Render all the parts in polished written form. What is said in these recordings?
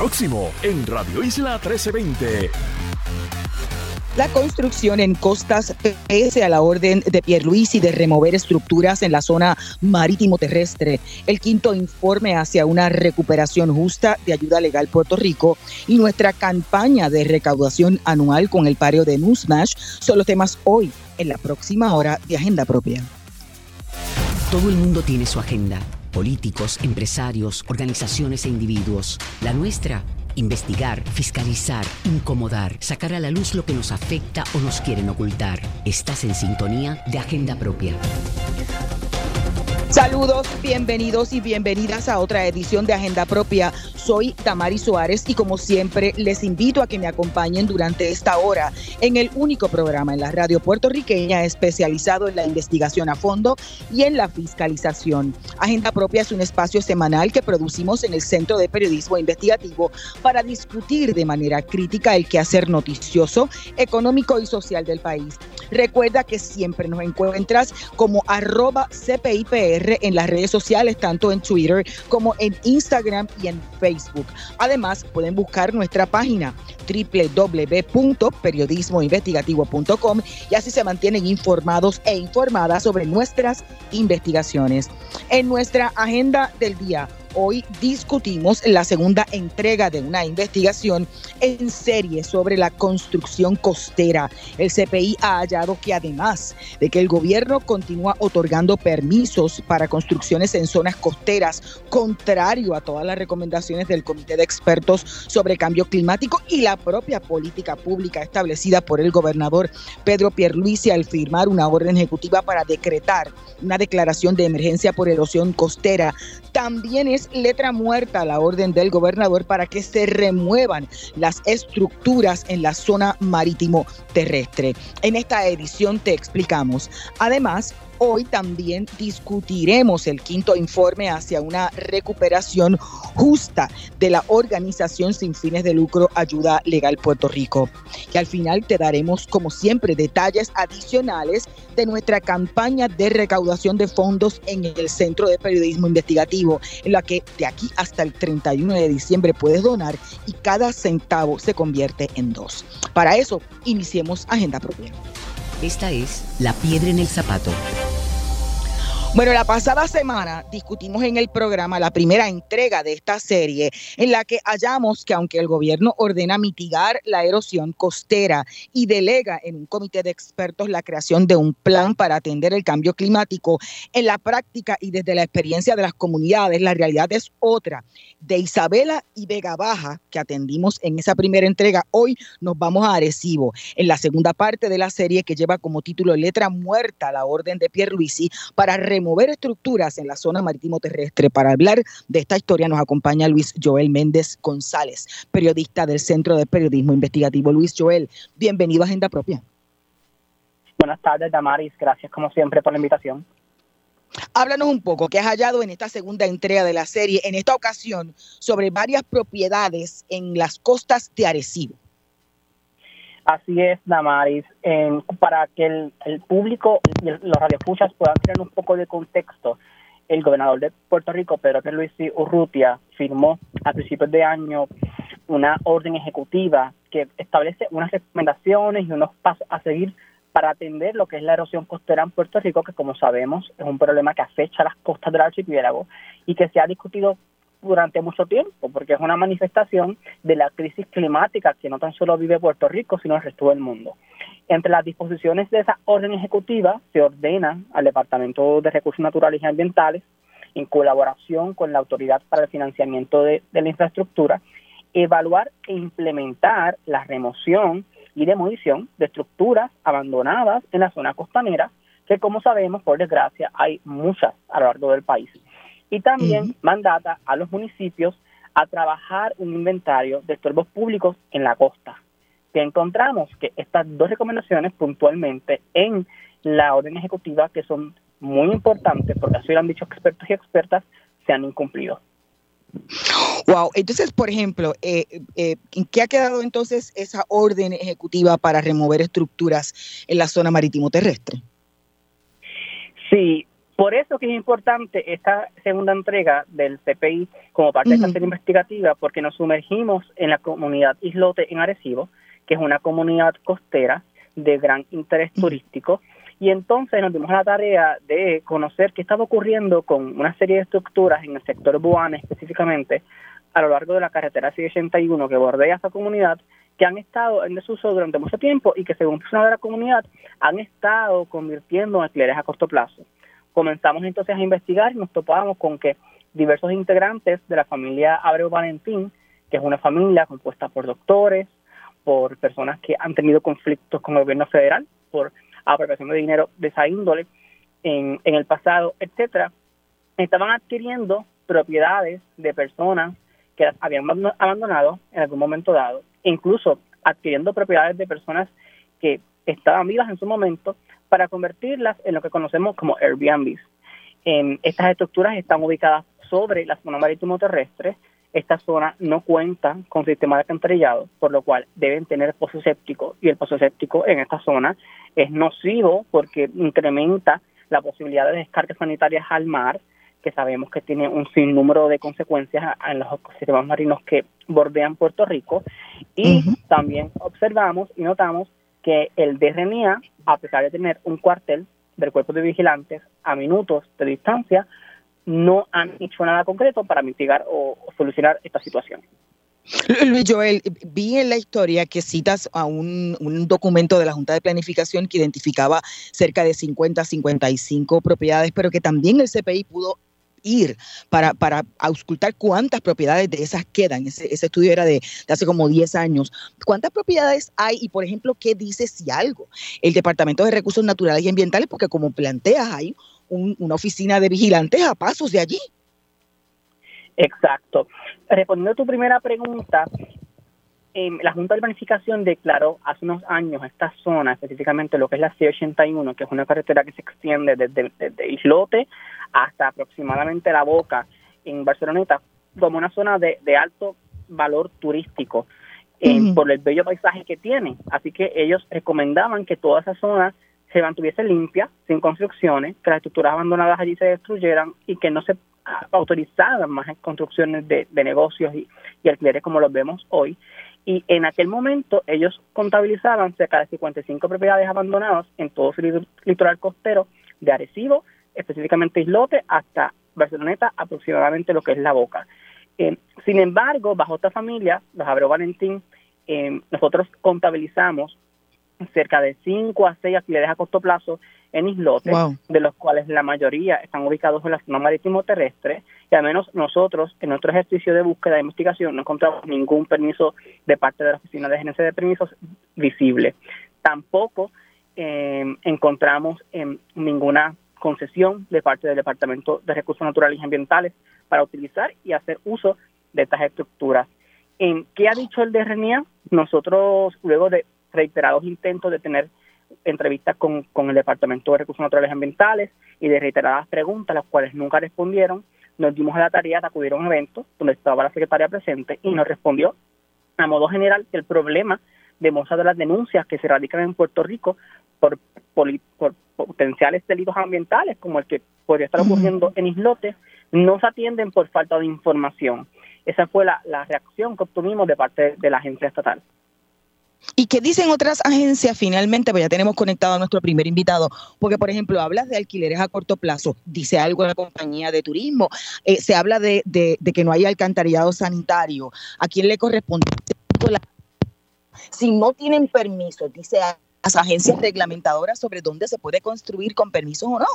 Próximo en Radio Isla 1320. La construcción en costas, pese a la orden de Pierluisi de remover estructuras en la zona marítimo terrestre, el quinto informe hacia una recuperación justa de ayuda legal Puerto Rico y nuestra campaña de recaudación anual con el paro de Newsmash son los temas hoy en la próxima hora de Agenda Propia. Todo el mundo tiene su agenda. Políticos, empresarios, organizaciones e individuos. La nuestra, investigar, fiscalizar, incomodar, sacar a la luz lo que nos afecta o nos quieren ocultar. Estás en sintonía de Agenda Propia. Saludos, bienvenidos y bienvenidas a otra edición de Agenda Propia. Soy Damaris Suárez y como siempre les invito a que me acompañen durante esta hora en el único programa en la radio puertorriqueña especializado en la investigación a fondo y en la fiscalización. Agenda Propia es un espacio semanal que producimos en el Centro de Periodismo Investigativo para discutir de manera crítica el quehacer noticioso, económico y social del país. Recuerda que siempre nos encuentras como @CPIPR en las redes sociales, tanto en Twitter como en Instagram y en Facebook. Además, pueden buscar nuestra página www.periodismoinvestigativo.com y así se mantienen informados e informadas sobre nuestras investigaciones. En nuestra agenda del día, hoy discutimos la segunda entrega de una investigación en serie sobre la construcción costera. El CPI ha hallado que además de que el gobierno continúa otorgando permisos para construcciones en zonas costeras, contrario a todas las recomendaciones del Comité de Expertos sobre Cambio Climático y la propia política pública establecida por el gobernador Pedro Pierluisi al firmar una orden ejecutiva para decretar una declaración de emergencia por erosión costera, también es letra muerta la orden del gobernador para que se remuevan las estructuras en la zona marítimo terrestre. En esta edición te explicamos. Además, hoy también discutiremos el quinto informe hacia una recuperación justa de la organización sin fines de lucro Ayuda Legal Puerto Rico. Y al final te daremos, como siempre, detalles adicionales de nuestra campaña de recaudación de fondos en el Centro de Periodismo Investigativo, en la que de aquí hasta el 31 de diciembre puedes donar y cada centavo se convierte en 2. Para eso, iniciemos Agenda Propia. Esta es La Piedra en el Zapato. Bueno, la pasada semana discutimos en el programa la primera entrega de esta serie en la que hallamos que aunque el gobierno ordena mitigar la erosión costera y delega en un comité de expertos la creación de un plan para atender el cambio climático, en la práctica y desde la experiencia de las comunidades, la realidad es otra. De Isabela y Vega Baja, que atendimos en esa primera entrega, hoy nos vamos a Arecibo, en la segunda parte de la serie que lleva como título Letra Muerta la orden de Pierluisi para remover estructuras en la zona marítimo terrestre. Para hablar de esta historia nos acompaña Luis Joel Méndez González, periodista del Centro de Periodismo Investigativo. Luis Joel, bienvenido a Agenda Propia. Buenas tardes, Damaris. Gracias como siempre por la invitación. Háblanos un poco, ¿qué has hallado en esta segunda entrega de la serie, en esta ocasión, sobre varias propiedades en las costas de Arecibo? Así es, Damaris. Para que el público y los radioescuchas puedan tener un poco de contexto, el gobernador de Puerto Rico, Pedro Pierluisi Urrutia, firmó a principios de año una orden ejecutiva que establece unas recomendaciones y unos pasos a seguir para atender lo que es la erosión costera en Puerto Rico, que como sabemos es un problema que acecha las costas del archipiélago y que se ha discutido durante mucho tiempo, porque es una manifestación de la crisis climática que no tan solo vive Puerto Rico, sino el resto del mundo. Entre las disposiciones de esa orden ejecutiva se ordena al Departamento de Recursos Naturales y Ambientales, en colaboración con la Autoridad para el Financiamiento de la Infraestructura, evaluar e implementar la remoción y demolición de estructuras abandonadas en la zona costanera, que como sabemos, por desgracia, hay muchas a lo largo del país. Y también mandata a los municipios a trabajar un inventario de estorbos públicos en la costa. Que encontramos que estas dos recomendaciones puntualmente en la orden ejecutiva, que son muy importantes, porque así lo han dicho expertos y expertas, se han incumplido. Wow, entonces, por ejemplo, ¿en qué ha quedado entonces esa orden ejecutiva para remover estructuras en la zona marítimo terrestre? Sí, Por eso que es importante esta segunda entrega del CPI como parte de esta serie investigativa, porque nos sumergimos en la comunidad Islote en Arecibo, que es una comunidad costera de gran interés turístico, y entonces nos dimos a la tarea de conocer qué estaba ocurriendo con una serie de estructuras en el sector Buana específicamente, a lo largo de la carretera 681 que bordea esta comunidad, que han estado en desuso durante mucho tiempo y que, según personas de la comunidad, han estado convirtiendo en alquileres a corto plazo. Comenzamos entonces a investigar y nos topamos con que diversos integrantes de la familia Abreu Valentín, que es una familia compuesta por doctores, por personas que han tenido conflictos con el gobierno federal, por apropiación de dinero de esa índole en el pasado, etcétera, estaban adquiriendo propiedades de personas que las habían abandonado en algún momento dado, incluso adquiriendo propiedades de personas que estaban vivas en su momento para convertirlas en lo que conocemos como Airbnbs. Estas estructuras están ubicadas sobre la zona marítimo terrestre. Esta zona no cuenta con sistema de alcantarillado, por lo cual deben tener pozo séptico, y el pozo séptico en esta zona es nocivo porque incrementa la posibilidad de descargas sanitarias al mar, que sabemos que tiene un sinnúmero de consecuencias en los ecosistemas marinos que bordean Puerto Rico. Y también observamos y notamos que el DRNIA, a pesar de tener un cuartel del Cuerpo de Vigilantes a minutos de distancia, no han hecho nada concreto para mitigar o solucionar esta situación. Luis Joel, vi en la historia que citas a un documento de la Junta de Planificación que identificaba cerca de 55 propiedades, pero que también el CPI pudo ir para auscultar cuántas propiedades de esas quedan. Ese estudio era de hace como 10 años. ¿Cuántas propiedades hay? Y, por ejemplo, ¿qué dice si algo el Departamento de Recursos Naturales y Ambientales? Porque, como planteas, hay una oficina de vigilantes a pasos de allí. Exacto. Respondiendo a tu primera pregunta, la Junta de Planificación declaró hace unos años esta zona, específicamente lo que es la C81, que es una carretera que se extiende desde Islote hasta aproximadamente La Boca en Barceloneta, como una zona de alto valor turístico por el bello paisaje que tiene. Así que ellos recomendaban que toda esa zona se mantuviese limpia, sin construcciones, que las estructuras abandonadas allí se destruyeran y que no se autorizaran más construcciones de negocios y alquileres como los vemos hoy. Y en aquel momento ellos contabilizaban cerca de 55 propiedades abandonadas en todo su litoral costero de Arecibo, específicamente Islote, hasta Barceloneta, aproximadamente lo que es La Boca. Sin embargo, bajo esta familia, los Abreu Valentín, nosotros contabilizamos cerca de 5 a 6 alquileres a corto plazo en Islote, de los cuales la mayoría están ubicados en la zona marítimo terrestre, y al menos nosotros, en nuestro ejercicio de búsqueda e investigación, no encontramos ningún permiso de parte de la Oficina de Gerencia de Permisos visible. Tampoco encontramos ninguna concesión de parte del Departamento de Recursos Naturales y Ambientales para utilizar y hacer uso de estas estructuras. ¿Qué ha dicho el DRNIA? Nosotros, luego de reiterados intentos de tener entrevistas con el Departamento de Recursos Naturales y Ambientales y de reiteradas preguntas, las cuales nunca respondieron, nos dimos a la tarea de acudir a un evento donde estaba la secretaria presente y nos respondió a modo general que el problema de muchas de las denuncias que se radican en Puerto Rico por potenciales delitos ambientales, como el que podría estar ocurriendo en Islote, no se atienden por falta de información. Esa fue la reacción que obtuvimos de parte de la agencia estatal. ¿Y qué dicen otras agencias finalmente? Pues ya tenemos conectado a nuestro primer invitado, porque, por ejemplo, hablas de alquileres a corto plazo, dice algo la compañía de turismo, se habla de que no hay alcantarillado sanitario. ¿A quién le corresponde? Si no tienen permiso, dice a las agencias reglamentadoras sobre dónde se puede construir con permisos o no.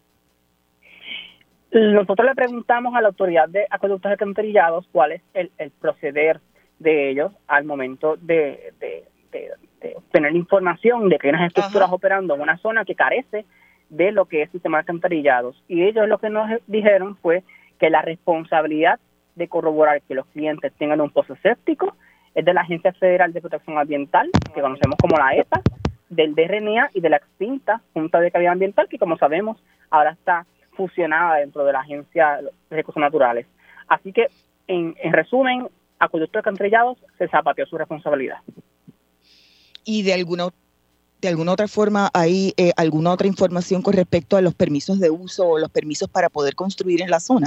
Nosotros le preguntamos a la autoridad de acueductos y alcantarillados cuál es el proceder de ellos al momento de obtener información de que hay unas estructuras operando en una zona que carece de lo que es sistema de alcantarillados. Y ellos lo que nos dijeron fue que la responsabilidad de corroborar que los clientes tengan un pozo séptico es de la Agencia Federal de Protección Ambiental, que conocemos como la EPA, del DRNIA y de la extinta Junta de Calidad Ambiental, que, como sabemos, ahora está fusionada dentro de la Agencia de Recursos Naturales. Así que, en resumen, Acueductos y Alcantarillados se zapateó su responsabilidad. Y de alguna de alguna otra forma hay alguna otra información con respecto a los permisos de uso o los permisos para poder construir en la zona?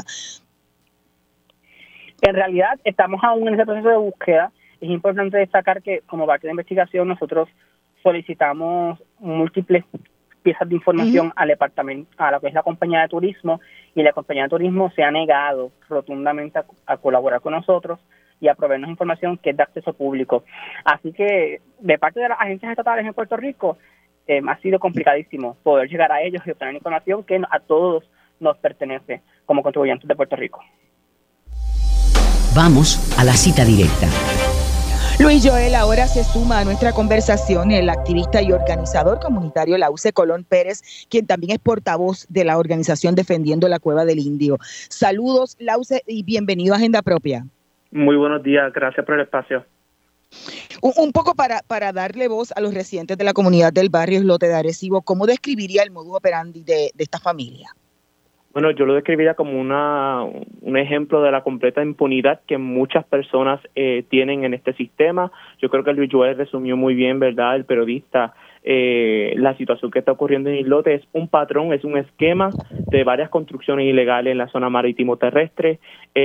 En realidad estamos aún en ese proceso de búsqueda. Es importante destacar que como parte de investigación nosotros solicitamos múltiples piezas de información al departamento, a lo que es la compañía de turismo, y la compañía de turismo se ha negado rotundamente a colaborar con nosotros y a proveernos información que es de acceso público. Así que de parte de las agencias estatales en Puerto Rico ha sido complicadísimo poder llegar a ellos y obtener información que a todos nos pertenece como contribuyentes de Puerto Rico. Vamos a la cita directa. Luis Joel ahora se suma a nuestra conversación el activista y organizador comunitario Lauce Colón Pérez, quien también es portavoz de la organización Defendiendo la Cueva del Indio. Saludos, Lauce, y bienvenido a Agenda Propia. Muy buenos días, gracias por el espacio. Un poco para darle voz a los residentes de la comunidad del barrio Islote de Arecibo, ¿cómo describiría el modus operandi de esta familia? Bueno, yo lo describiría como un ejemplo de la completa impunidad que muchas personas tienen en este sistema. Yo creo que Luis Joel resumió muy bien, ¿verdad?, el periodista, la situación que está ocurriendo en Islote. Es un patrón, es un esquema de varias construcciones ilegales en la zona marítimo terrestre.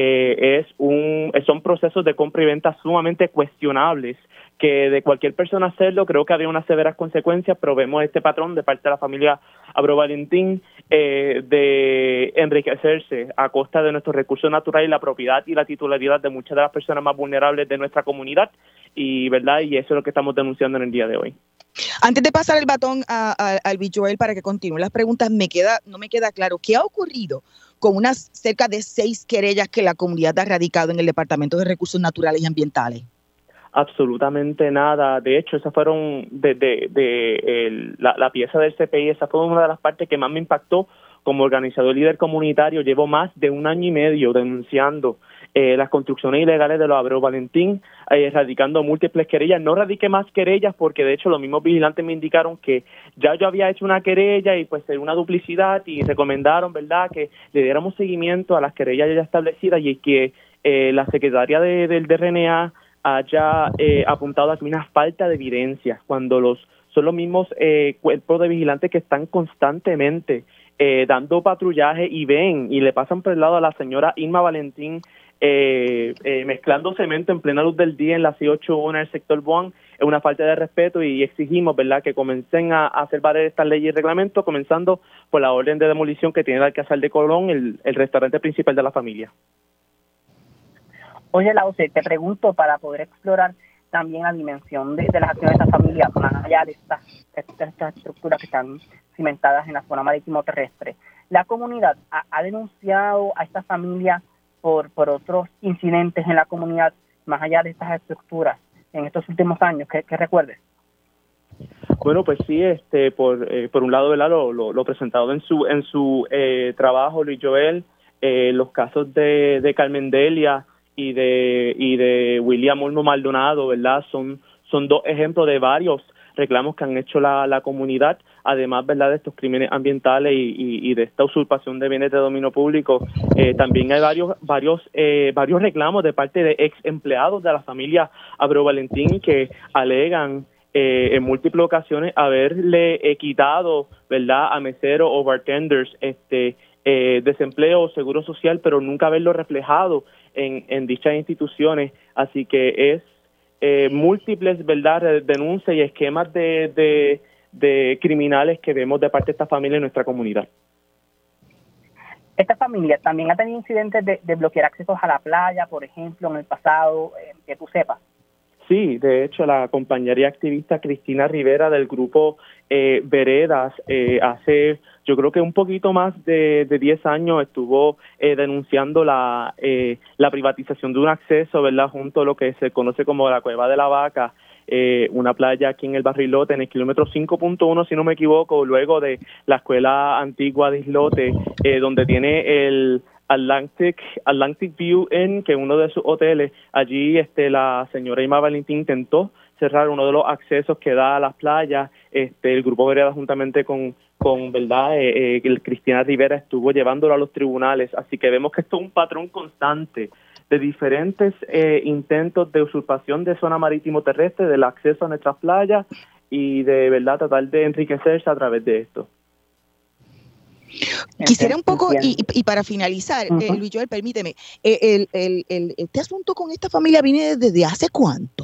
Son procesos de compra y venta sumamente cuestionables, que de cualquier persona hacerlo creo que habría unas severas consecuencias, pero vemos este patrón de parte de la familia Abreu Valentín de enriquecerse a costa de nuestros recursos naturales y la propiedad y la titularidad de muchas de las personas más vulnerables de nuestra comunidad, y verdad, y eso es lo que estamos denunciando en el día de hoy. Antes de pasar el batón al Luis Joel para que continúe las preguntas, no me queda claro qué ha ocurrido con unas cerca de 6 querellas que la comunidad ha radicado en el Departamento de Recursos Naturales y Ambientales. Absolutamente nada. De hecho, esas fueron la pieza del CPI. Esa fue una de las partes que más me impactó como organizador líder comunitario. Llevo más de 1 año y medio denunciando las construcciones ilegales de los Abreu Valentín, radicando múltiples querellas. No radiqué más querellas porque de hecho los mismos vigilantes me indicaron que ya yo había hecho una querella y pues era una duplicidad, y recomendaron, ¿verdad?, que le diéramos seguimiento a las querellas ya establecidas, y que la secretaria del DRNA haya apuntado aquí una falta de evidencia cuando son los mismos cuerpos de vigilantes que están constantemente dando patrullaje y ven y le pasan por el lado a la señora Irma Valentín mezclando cemento en plena luz del día en la C81 en el sector Boan. Es una falta de respeto, y exigimos, ¿verdad?, que comiencen a hacer valer estas leyes y reglamentos, comenzando por la orden de demolición que tiene el Alcázar de Colón, el restaurante principal de la familia. Oye, Lauce, te pregunto para poder explorar también la dimensión de las acciones de esta familia, más allá de estas estructuras que están cimentadas en la zona marítimo terrestre. La comunidad ha denunciado a esta familia por otros incidentes en la comunidad, más allá de estas estructuras, en estos últimos años, que recuerdes. Bueno, pues sí, por un lado, ¿verdad?, lo presentado en su trabajo, Luis Joel, los casos de Carmen Delia y de William Olmo Maldonado, ¿verdad? Son 2 ejemplos de varios reclamos que han hecho la comunidad, además, ¿verdad?, de estos crímenes ambientales y de esta usurpación de bienes de dominio público. También hay varios reclamos de parte de ex empleados de la familia Abreu Valentín que alegan en múltiples ocasiones haberle quitado, ¿verdad?, a meseros o bartenders desempleo o seguro social, pero nunca haberlo reflejado en dichas instituciones. Así que es múltiples, ¿verdad?, denuncias y esquemas de criminales que vemos de parte de esta familia en nuestra comunidad. Esta familia también ha tenido incidentes de bloquear accesos a la playa, por ejemplo, en el pasado, que tú sepas. Sí, de hecho, la compañera y activista Cristina Rivera del grupo Veredas hace, yo creo que un poquito más de 10 años estuvo denunciando la privatización de un acceso, ¿verdad?, junto a lo que se conoce como la Cueva de la Vaca, una playa aquí en el barrio Islote, en el kilómetro 5.1, si no me equivoco, luego de la escuela antigua de Islote, donde tiene el Atlantic View Inn, que es uno de sus hoteles. Allí la señora Irma Valentín intentó cerrar uno de los accesos que da a las playas. El grupo Vereda juntamente con verdad el Cristina Rivera estuvo llevándolo a los tribunales. Así que vemos que esto es un patrón constante de diferentes intentos de usurpación de zona marítimo terrestre, del acceso a nuestras playas, y de verdad tratar de enriquecerse a través de esto. Quisiera un poco, y para finalizar, Luis Joel, permíteme, este asunto con esta familia viene desde ¿hace cuánto?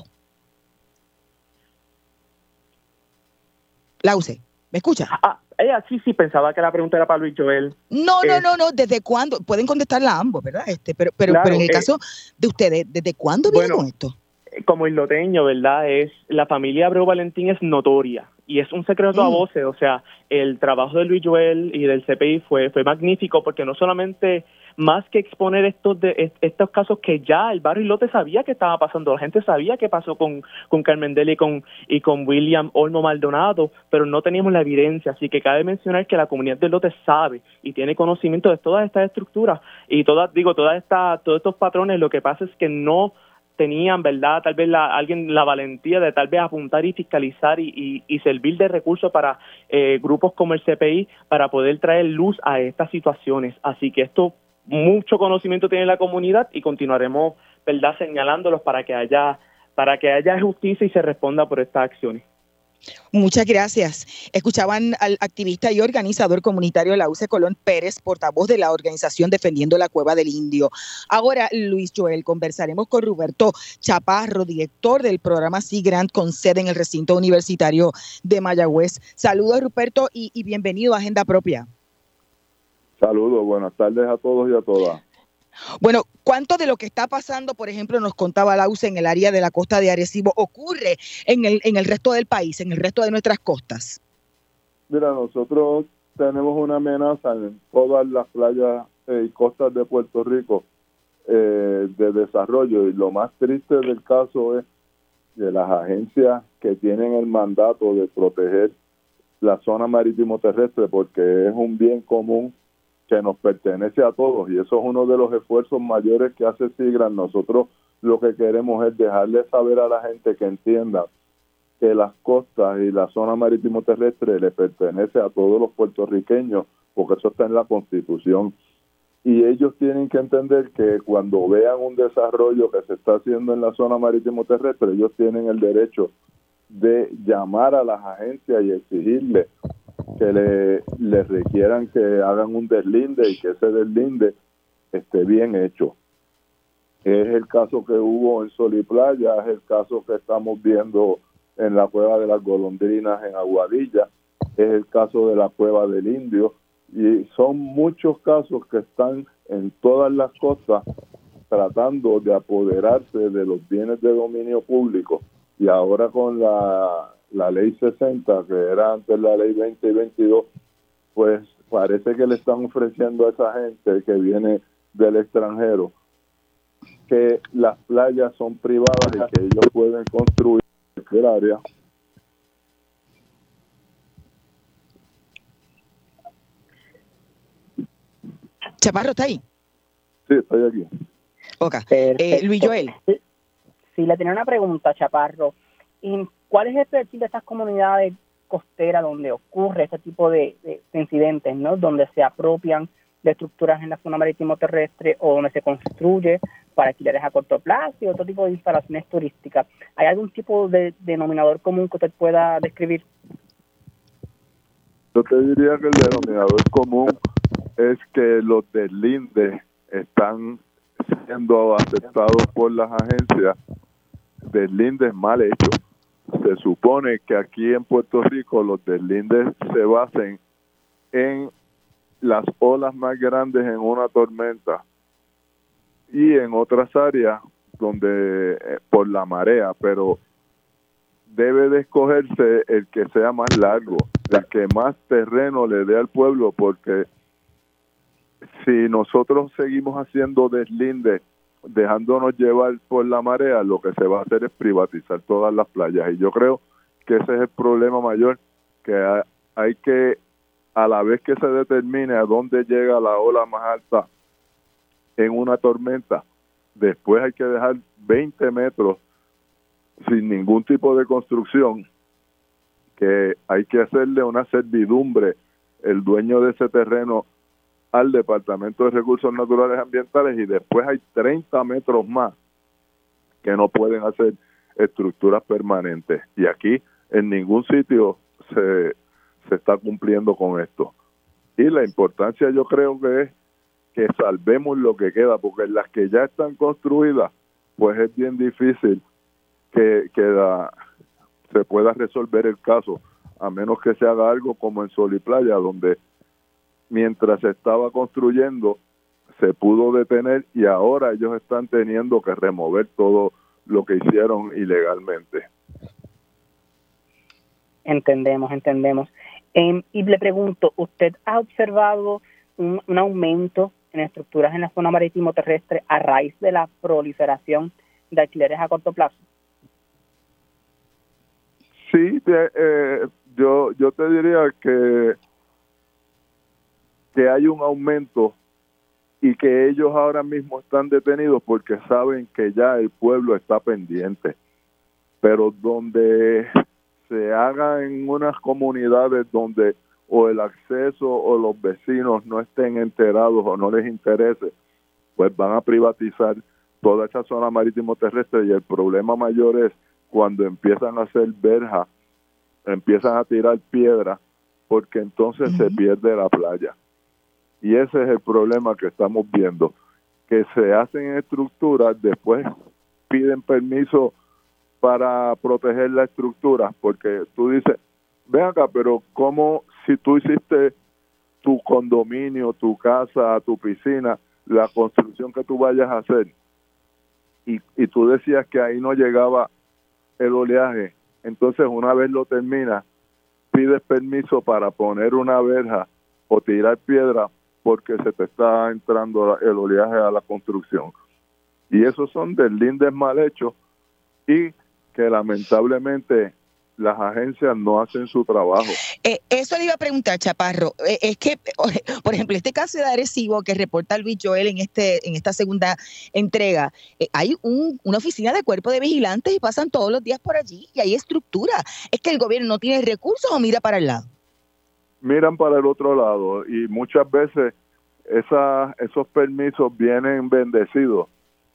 Lause, ¿me escucha? Ella sí, pensaba que la pregunta era para Luis Joel. No, ¿desde cuándo? Pueden contestarla ambos, ¿verdad? Pero Claro, en el caso de ustedes, ¿desde cuándo viene con esto? Como isloteño, ¿verdad? La familia Abreu Valentín es notoria y es un secreto a voces. O sea, el trabajo de Luis Joel y del CPI fue magnífico, porque no solamente más que exponer estos casos que ya el barrio Islote sabía que estaba pasando, la gente sabía qué pasó con Carmen Delia y con William Olmo Maldonado, pero no teníamos la evidencia. Así que cabe mencionar que la comunidad del Islote sabe y tiene conocimiento de todas estas estructuras y todos estos patrones. Lo que pasa es que no tenían, ¿verdad?, tal vez la valentía de tal vez apuntar y fiscalizar y servir de recurso para grupos como el CPI para poder traer luz a estas situaciones. Así que mucho conocimiento tiene la comunidad y continuaremos, ¿verdad?, señalándolos para que haya justicia y se responda por estas acciones. Muchas gracias. Escuchaban al activista y organizador comunitario Lause Colón Pérez, portavoz de la organización Defendiendo la Cueva del Indio. Ahora, Luis Joel, conversaremos con Roberto Chaparro, director del programa Sea Grant con sede en el recinto universitario de Mayagüez. Saludos, Ruperto, y bienvenido a Agenda Propia. Saludos, buenas tardes a todos y a todas. Bueno, ¿cuánto de lo que está pasando, por ejemplo, nos contaba Lause en el área de la costa de Arecibo, ocurre en el resto del país, en el resto de nuestras costas? Mira, nosotros tenemos una amenaza en todas las playas y costas de Puerto Rico de desarrollo, y lo más triste del caso es de las agencias que tienen el mandato de proteger la zona marítimo terrestre, porque es un bien común que nos pertenece a todos, y eso es uno de los esfuerzos mayores que hace Sea Grant. Nosotros lo que queremos es dejarle saber a la gente que entienda que las costas y la zona marítimo terrestre le pertenece a todos los puertorriqueños, porque eso está en la Constitución, y ellos tienen que entender que cuando vean un desarrollo que se está haciendo en la zona marítimo terrestre, ellos tienen el derecho de llamar a las agencias y exigirle que le requieran que hagan un deslinde y que ese deslinde esté bien hecho. Es el caso que hubo en Sol y Playa, es el caso que estamos viendo en la Cueva de las Golondrinas en Aguadilla, es el caso de la Cueva del Indio, y son muchos casos que están en todas las costas tratando de apoderarse de los bienes de dominio público, y ahora con la ley 60, que era antes la ley 20 y 22, pues parece que le están ofreciendo a esa gente que viene del extranjero que las playas son privadas y que ellos pueden construir en cualquier área. Chaparro, ¿está ahí? Sí, estoy aquí. Okay. Luis Joel. Sí, le tenía una pregunta, Chaparro. ¿Cuál es el perfil de estas comunidades costeras donde ocurre este tipo de incidentes, ¿no? Donde se apropian de estructuras en la zona marítimo terrestre o donde se construye para alquileres a corto plazo y otro tipo de instalaciones turísticas? ¿Hay algún tipo de denominador común que usted pueda describir? Yo te diría que el denominador común es que los deslindes están siendo aceptados por las agencias, deslindes mal hechos. Se supone que aquí en Puerto Rico los deslindes se basen en las olas más grandes en una tormenta y en otras áreas donde por la marea, pero debe de escogerse el que sea más largo, el que más terreno le dé al pueblo, porque si nosotros seguimos haciendo deslindes dejándonos llevar por la marea, lo que se va a hacer es privatizar todas las playas, y yo creo que ese es el problema mayor, que hay que, a la vez que se determine a dónde llega la ola más alta en una tormenta, después hay que dejar 20 metros sin ningún tipo de construcción, que hay que hacerle una servidumbre el dueño de ese terreno al Departamento de Recursos Naturales Ambientales, y después hay 30 metros más que no pueden hacer estructuras permanentes. Y aquí en ningún sitio se está cumpliendo con esto. Y la importancia yo creo que es que salvemos lo que queda, porque en las que ya están construidas, pues es bien difícil que se pueda resolver el caso, a menos que se haga algo como en Sol y Playa, donde mientras se estaba construyendo se pudo detener y ahora ellos están teniendo que remover todo lo que hicieron ilegalmente. Entendemos. Y le pregunto, ¿usted ha observado un aumento en estructuras en la zona marítimo terrestre a raíz de la proliferación de alquileres a corto plazo? Sí, yo te diría que hay un aumento y que ellos ahora mismo están detenidos porque saben que ya el pueblo está pendiente. Pero donde se haga en unas comunidades donde o el acceso o los vecinos no estén enterados o no les interese, pues van a privatizar toda esa zona marítimo terrestre, y el problema mayor es cuando empiezan a hacer verja, empiezan a tirar piedra, porque entonces se pierde la playa. Y ese es el problema que estamos viendo, que se hacen estructuras, después piden permiso para proteger la estructura, porque tú dices, ven acá, pero ¿cómo si tú hiciste tu condominio, tu casa, tu piscina, la construcción que tú vayas a hacer, y tú decías que ahí no llegaba el oleaje, entonces una vez lo terminas, pides permiso para poner una verja o tirar piedra porque se te está entrando el oleaje a la construcción? Y esos son deslindes mal hechos y que lamentablemente las agencias no hacen su trabajo. Eso le iba a preguntar, Chaparro. Es que, por ejemplo, este caso de Arecibo que reporta Luis Joel en esta segunda entrega, hay una oficina de cuerpo de vigilantes y pasan todos los días por allí y hay estructura. ¿Es que el gobierno no tiene recursos o mira para el lado? Miran para el otro lado, y muchas veces esos permisos vienen bendecidos,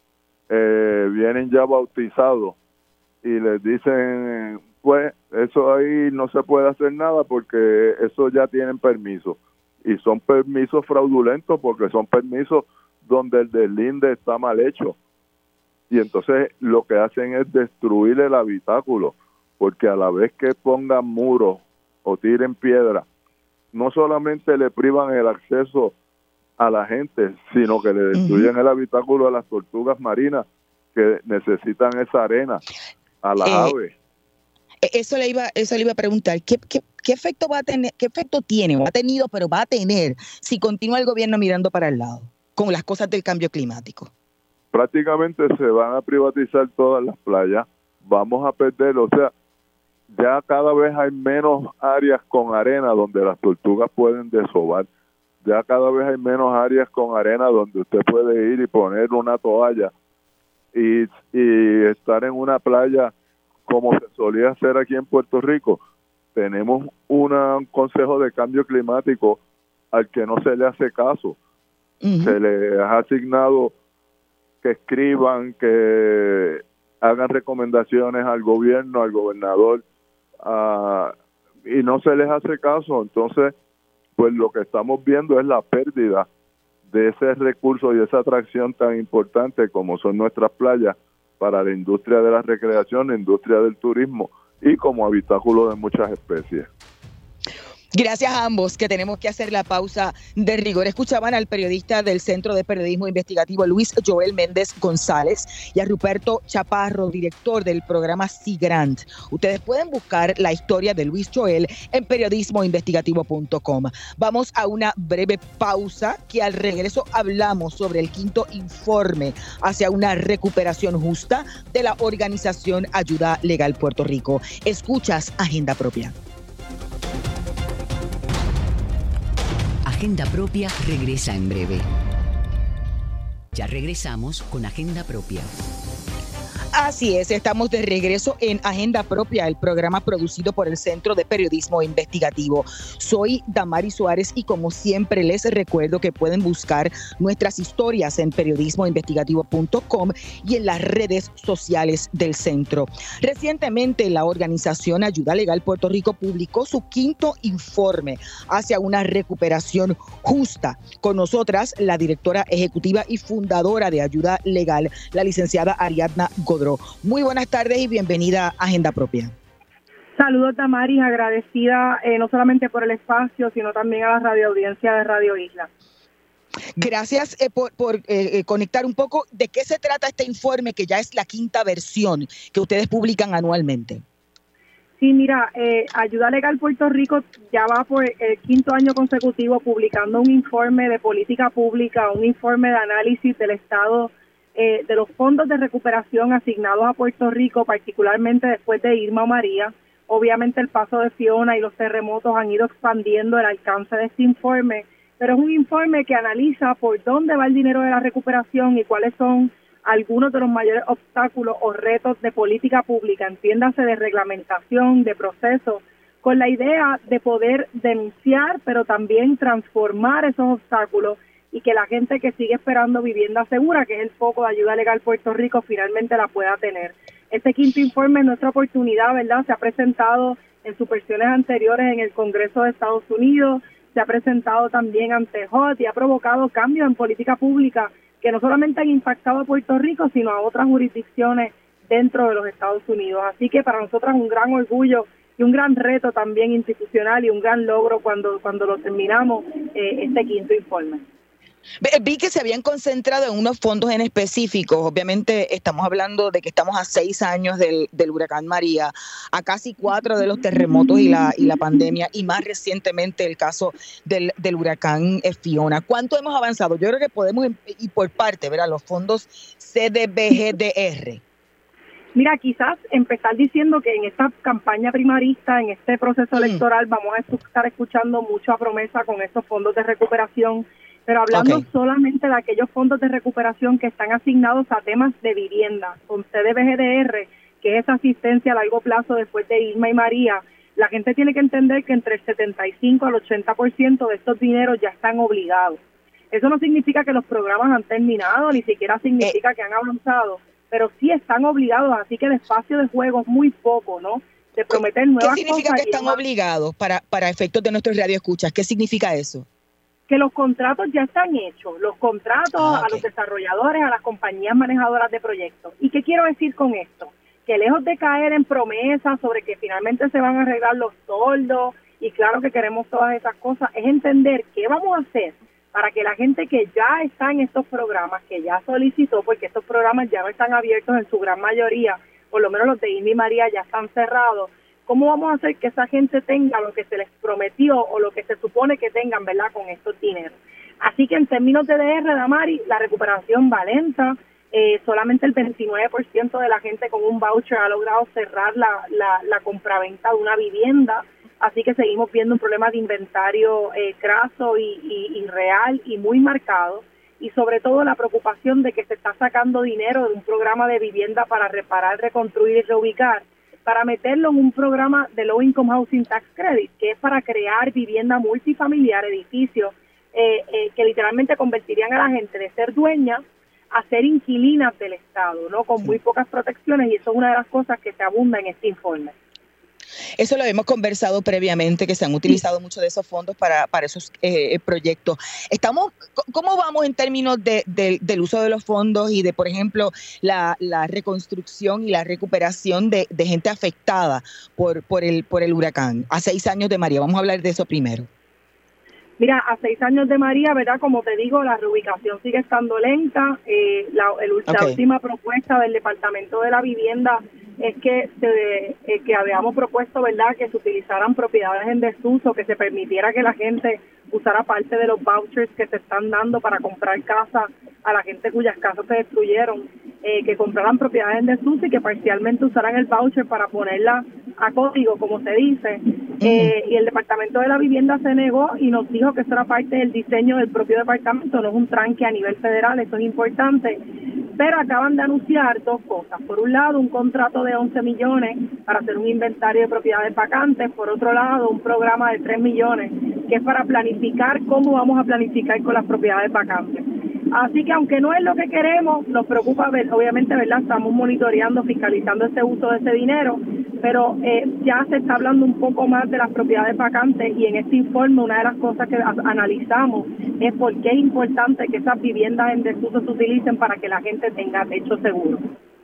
vienen ya bautizados, y les dicen, pues eso ahí no se puede hacer nada porque eso ya tienen permiso, y son permisos fraudulentos porque son permisos donde el deslinde está mal hecho, y entonces lo que hacen es destruir el habitáculo, porque a la vez que pongan muros o tiren piedra, no solamente le privan el acceso a la gente, sino que le destruyen el habitáculo a las tortugas marinas que necesitan esa arena, a las aves. Eso le iba a preguntar, ¿qué efecto va a tener, qué efecto tiene, o ha tenido, pero va a tener si continúa el gobierno mirando para el lado con las cosas del cambio climático? Prácticamente se van a privatizar todas las playas, vamos a perder, o sea, ya cada vez hay menos áreas con arena donde las tortugas pueden desovar. Ya cada vez hay menos áreas con arena donde usted puede ir y poner una toalla y estar en una playa como se solía hacer aquí en Puerto Rico. Tenemos un consejo de cambio climático al que no se le hace caso. Se les ha asignado que escriban, que hagan recomendaciones al gobierno, al gobernador, y no se les hace caso. Entonces, pues lo que estamos viendo es la pérdida de ese recurso y esa atracción tan importante como son nuestras playas para la industria de la recreación, la industria del turismo y como habitáculo de muchas especies. Gracias a ambos, que tenemos que hacer la pausa de rigor. Escuchaban al periodista del Centro de Periodismo Investigativo Luis Joel Méndez González y a Ruperto Chaparro, director del programa Sea Grant. Ustedes pueden buscar la historia de Luis Joel en periodismoinvestigativo.com. Vamos a una breve pausa, que al regreso hablamos sobre el quinto informe hacia una recuperación justa de la organización Ayuda Legal Puerto Rico. Escuchas Agenda Propia. Agenda Propia regresa en breve. Ya regresamos con Agenda Propia. Así es, estamos de regreso en Agenda Propia, el programa producido por el Centro de Periodismo Investigativo. Soy Damaris Suárez y como siempre les recuerdo que pueden buscar nuestras historias en periodismoinvestigativo.com y en las redes sociales del centro. Recientemente la organización Ayuda Legal Puerto Rico publicó su 5º informe hacia una recuperación justa. Con nosotras la directora ejecutiva y fundadora de Ayuda Legal, la licenciada Ariadna Godró. Muy buenas tardes y bienvenida a Agenda Propia. Saludos, Damaris, agradecida no solamente por el espacio, sino también a la radioaudiencia de Radio Isla. Gracias por conectar un poco de qué se trata este informe, que ya es la 5ª versión que ustedes publican anualmente. Sí, mira, Ayuda Legal Puerto Rico ya va por el 5º año consecutivo publicando un informe de política pública, un informe de análisis del estado de los fondos de recuperación asignados a Puerto Rico, particularmente después de Irma o María. Obviamente el paso de Fiona y los terremotos han ido expandiendo el alcance de este informe, pero es un informe que analiza por dónde va el dinero de la recuperación y cuáles son algunos de los mayores obstáculos o retos de política pública, entiéndase de reglamentación, de proceso, con la idea de poder denunciar, pero también transformar esos obstáculos y que la gente que sigue esperando vivienda segura, que es el foco de Ayuda Legal Puerto Rico, finalmente la pueda tener. Este 5º informe es nuestra oportunidad, ¿verdad? Se ha presentado en sus versiones anteriores en el Congreso de Estados Unidos, se ha presentado también ante HOT y ha provocado cambios en política pública que no solamente han impactado a Puerto Rico, sino a otras jurisdicciones dentro de los Estados Unidos. Así que para nosotros es un gran orgullo y un gran reto también institucional y un gran logro cuando lo terminamos este 5º informe. Vi que se habían concentrado en unos fondos en específicos. Obviamente estamos hablando de que estamos a 6 años del huracán María, a casi 4 de los terremotos y la pandemia, y más recientemente el caso del huracán Fiona. ¿Cuánto hemos avanzado? Yo creo que podemos ir por parte, ¿verdad? Los fondos CDBGDR. Mira, quizás empezar diciendo que en esta campaña primarista, en este proceso electoral, vamos a estar escuchando mucha promesa con estos fondos de recuperación, pero hablando solamente de aquellos fondos de recuperación que están asignados a temas de vivienda, con CDBGDR, que es asistencia a largo plazo después de Irma y María, la gente tiene que entender que entre el 75 al 80% de estos dineros ya están obligados. Eso no significa que los programas han terminado, ni siquiera significa que han avanzado, pero sí están obligados, así que el espacio de juego es muy poco, ¿no? De prometer nuevas cosas. ¿Qué significa que están obligados para efectos de nuestros radioescuchas? ¿Qué significa eso? Que los contratos ya están hechos, los contratos a los desarrolladores, a las compañías manejadoras de proyectos. ¿Y qué quiero decir con esto? Que lejos de caer en promesas sobre que finalmente se van a arreglar los toldos, y claro que queremos todas esas cosas, es entender qué vamos a hacer para que la gente que ya está en estos programas, que ya solicitó, porque estos programas ya no están abiertos en su gran mayoría, por lo menos los de Irma y María ya están cerrados, ¿cómo vamos a hacer que esa gente tenga lo que se les prometió o lo que se supone que tengan, ¿verdad?, con estos dineros? Así que en términos de DR, Damari, la recuperación va lenta. Solamente el 29% de la gente con un voucher ha logrado cerrar la compraventa de una vivienda. Así que seguimos viendo un problema de inventario craso y real y muy marcado. Y sobre todo la preocupación de que se está sacando dinero de un programa de vivienda para reparar, reconstruir y reubicar, para meterlo en un programa de Low Income Housing Tax Credit, que es para crear vivienda multifamiliar, edificios que literalmente convertirían a la gente de ser dueña a ser inquilinas del Estado, ¿no? Con muy pocas protecciones, y eso es una de las cosas que se abunda en este informe. Eso lo hemos conversado previamente, que se han utilizado muchos de esos fondos para esos proyectos. ¿Cómo vamos en términos del uso de los fondos y de, por ejemplo, la reconstrucción y la recuperación de gente afectada por el huracán? A 6 años de María, vamos a hablar de eso primero. Mira, a 6 años de María, ¿verdad? Como te digo, la reubicación sigue estando lenta. La última propuesta del Departamento de la Vivienda es que habíamos propuesto, ¿verdad?, que se utilizaran propiedades en desuso, que se permitiera que la gente usara parte de los vouchers que se están dando para comprar casa a la gente cuyas casas se destruyeron, que compraran propiedades en desuso y que parcialmente usaran el voucher para ponerla a código, como se dice. Y el Departamento de la Vivienda se negó y nos dijo que eso era parte del diseño del propio departamento, no es un tranque a nivel federal, eso es importante. pero acaban de anunciar dos cosas. Por un lado, un contrato de 11 millones para hacer un inventario de propiedades vacantes. Por otro lado, un programa de 3 millones que es para planificar cómo vamos a planificar con las propiedades vacantes. Así que aunque no es lo que queremos, nos preocupa ver, obviamente, ¿verdad? Estamos monitoreando, fiscalizando ese uso de ese dinero, pero ya se está hablando un poco más de las propiedades vacantes y en este informe una de las cosas que analizamos es por qué es importante que esas viviendas en desuso se utilicen para que la gente tenga techo seguro.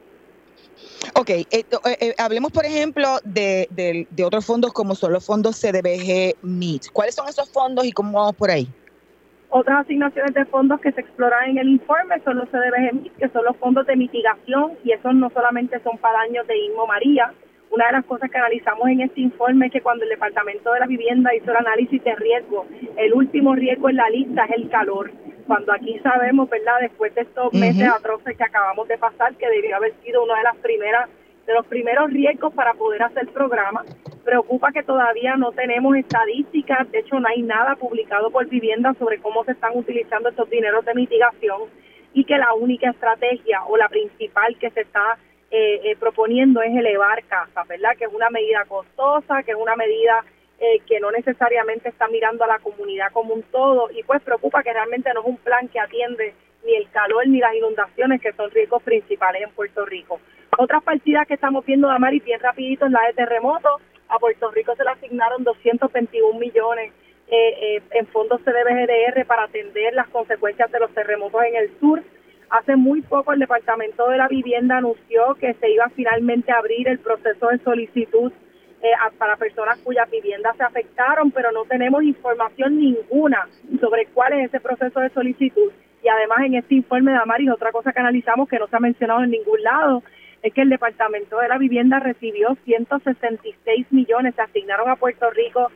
Ok, hablemos por ejemplo de otros fondos como son los fondos CDBG MIT. ¿Cuáles son esos fondos y cómo vamos por ahí? Otras asignaciones de fondos que se exploran en el informe son los CDBG MIT, que son los fondos de mitigación, y esos no solamente son para daños de Irma María. Una de las cosas que analizamos en este informe es que cuando el Departamento de la Vivienda hizo el análisis de riesgo, el último riesgo en la lista es el calor. Cuando aquí sabemos, ¿verdad?, después de estos meses atroces que acabamos de pasar, que debió haber sido una de los primeros riesgos para poder hacer programa. Preocupa que todavía no tenemos estadísticas, de hecho no hay nada publicado por Vivienda sobre cómo se están utilizando estos dineros de mitigación, y que la única estrategia o la principal que se está proponiendo es elevar casas, ¿verdad?, que es una medida costosa, que es una medida que no necesariamente está mirando a la comunidad como un todo, y pues preocupa que realmente no es un plan que atiende ni el calor ni las inundaciones, que son riesgos principales en Puerto Rico. Otras partidas que estamos viendo, Damaris, bien rapidito, es la de terremotos. A Puerto Rico se le asignaron 221 millones en fondos CDBGDR para atender las consecuencias de los terremotos en el sur. Hace muy poco el Departamento de la Vivienda anunció que se iba finalmente a abrir el proceso de solicitud para personas cuyas viviendas se afectaron, pero no tenemos información ninguna sobre cuál es ese proceso de solicitud. Y además en este informe de Damaris, otra cosa que analizamos que no se ha mencionado en ningún lado, es que el Departamento de la Vivienda recibió 166 millones, se asignaron a Puerto Rico